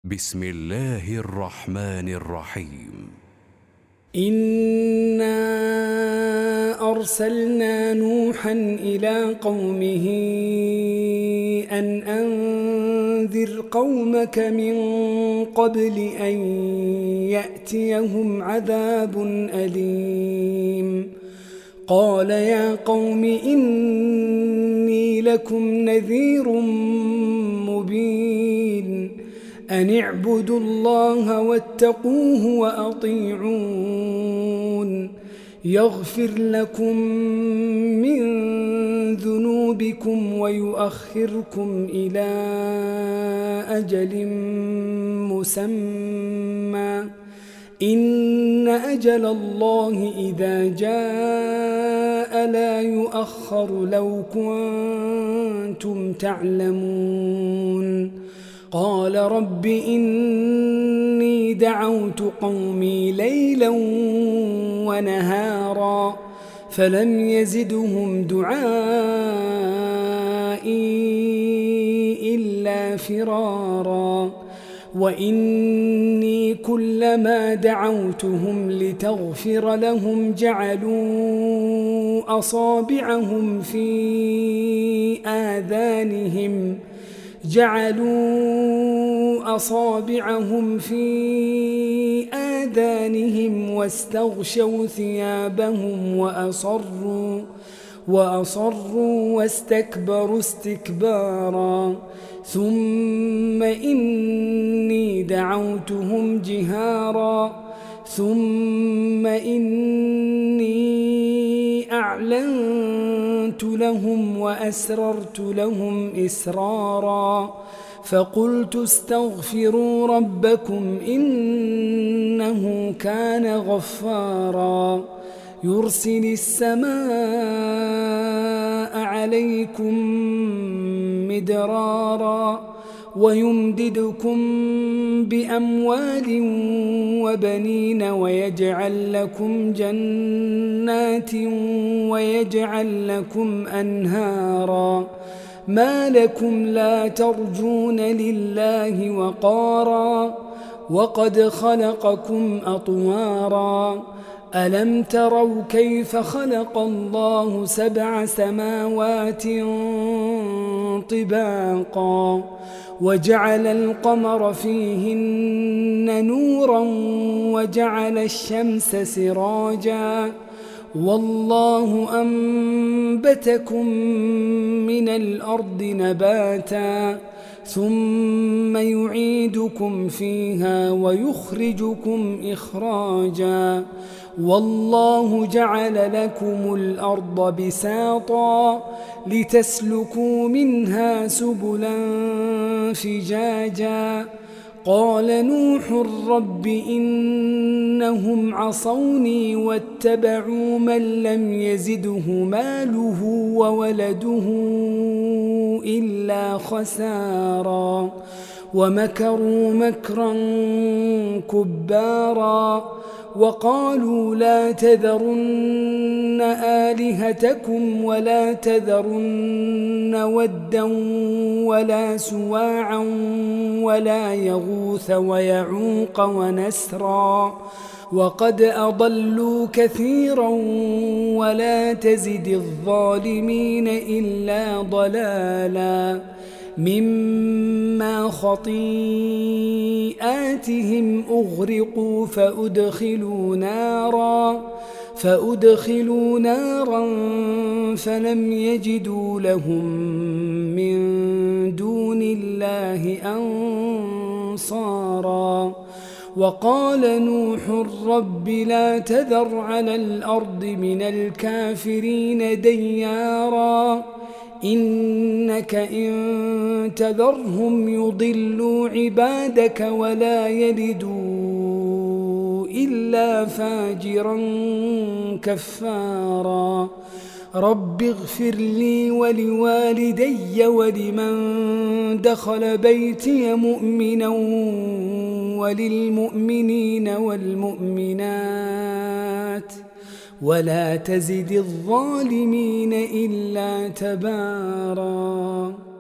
بسم الله الرحمن الرحيم. إنا أرسلنا نوحا إلى قومه أن أنذر قومك من قبل أن يأتيهم عذاب أليم. قال يا قوم إني لكم نذير مبين أن اعبدوا الله واتقوه وأطيعون يغفر لكم من ذنوبكم ويؤخركم إلى أجل مسمى إن أجل الله إذا جاء لا يؤخر لو كنتم تعلمون. قال رب إني دعوت قومي ليلا ونهارا فلم يزدهم دعائي إلا فرارا وإني كلما دعوتهم لتغفر لهم جعلوا أصابعهم في آذانهم واستغشوا ثيابهم وأصروا واستكبروا استكبارا ثم إني دعوتهم جهارا ثم إني أعلنت لهم وأسررت لهم إسرارا فقلت استغفروا ربكم إنه كان غفارا يرسل السماء عليكم مدرارا ويمددكم بأموال وبنين ويجعل لكم جنات ويجعل لكم أنهارا ما لكم لا ترجون لله وقارا وقد خلقكم أطوارا ألم تروا كيف خلق الله 7 سماوات طباقا وجعل القمر فيهن نورا وجعل الشمس سراجا والله أنبتكم من الأرض نباتا ثم يعيدكم فيها ويخرجكم إخراجا والله جعل لكم الأرض بساطا لتسلكوا منها سبلا فجاجا قال نوح رب إنهم عصوني واتبعوا من لم يزده ماله وولده إلا خسارا ومكروا مكرا كبارا وقالوا لا تذرن آلهتكم ولا تذرن ودا ولا سواعا ولا يغوث ويعوق ونسرا وقد أضلوا كثيرا ولا تزد الظالمين إلا ضلالا مما خطيئاتهم أغرقوا فأدخلوا نارا فلم يجدوا لهم من دون الله أنصارا وقال نوح رب لا تذر على الأرض من الكافرين ديارا إنك إن تذرهم يضلوا عبادك ولا يلدوا إلا فاجرا كفارا رب اغفر لي ولوالدي ولمن دخل بيتي مؤمنا وللمؤمنين والمؤمنات ولا تزد الظالمين إلا تبارا.